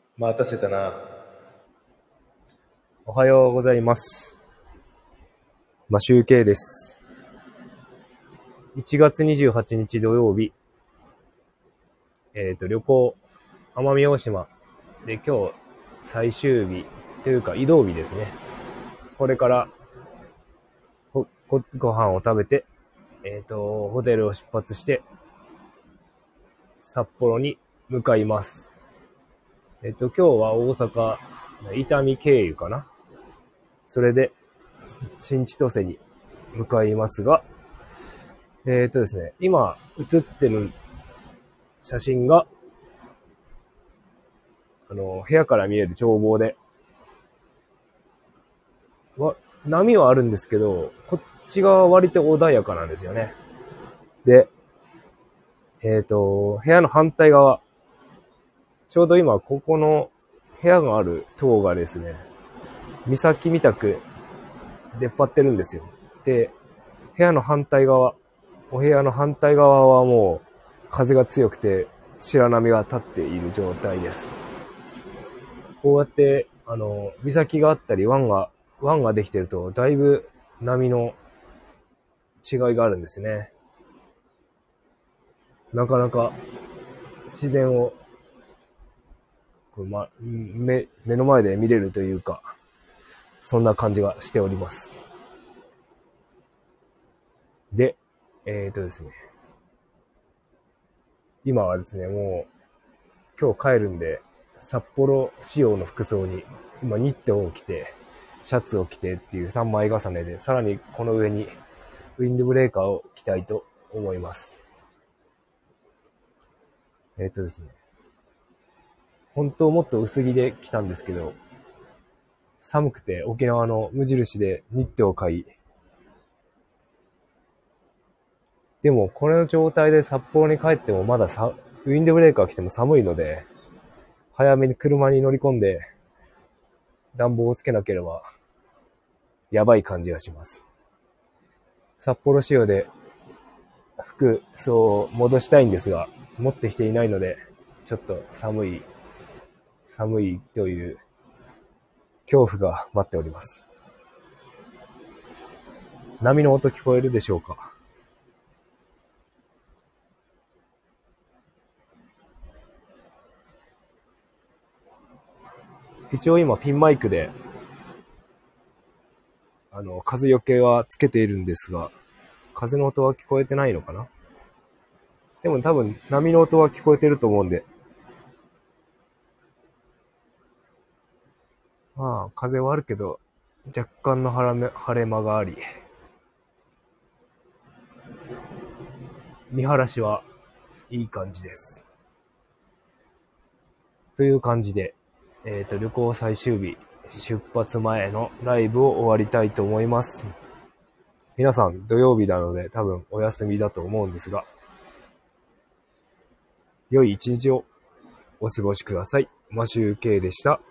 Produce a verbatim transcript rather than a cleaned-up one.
待たせたな。 おはようございます。マシュウケイです。いちがつにじゅうはちにち土曜日、えっと、旅行、奄美大島で今日最終日というか移動日ですね。これからご、ご、ご飯を食べて、えっと、ホテルを出発して、札幌に向かいます。えっと、今日は大阪、伊丹経由かな。それで、新千歳に向かいますが、えっとですね、今映ってる写真が、あの、部屋から見える眺望で、わ、波はあるんですけど、こっち側は割と穏やかなんですよね。で、えっと、部屋の反対側、ちょうど今ここの部屋がある塔がですね、岬みたく出っ張ってるんですよ。で、部屋の反対側、お部屋の反対側はもう風が強くて白波が立っている状態です。こうやって、あの、岬があったり湾が、湾ができてるとだいぶ波の違いがあるんですね。なかなか自然をこう、ま、目、目の前で見れるというか、そんな感じがしております。で、えーとですね。今はですね、もう今日帰るんで、札幌仕様の服装に、今ニットを着て、シャツを着てっていうさんまい重ねで、さらにこの上にウィンドブレーカーを着たいと思います。えーとですね。本当もっと薄着で来たんですけど、寒くて沖縄の無印でニットを買い、でもこれの状態で札幌に帰ってもまださウィンドブレーカー着ても寒いので、早めに車に乗り込んで暖房をつけなければやばい感じがします。札幌仕様で服装を戻したいんですが、持ってきていないので、ちょっと寒い、寒いという恐怖が待っております。波の音聞こえるでしょうか？一応今ピンマイクで、あの、風よけはつけているんですが、風の音は聞こえてないのかな？でも多分波の音は聞こえてると思うんで、まあ風はあるけど、若干の晴れ間があり、見晴らしはいい感じです。という感じで、えっと、旅行最終日、出発前のライブを終わりたいと思います。皆さん土曜日なので多分お休みだと思うんですが、良い一日をお過ごしください。マシュウケイでした。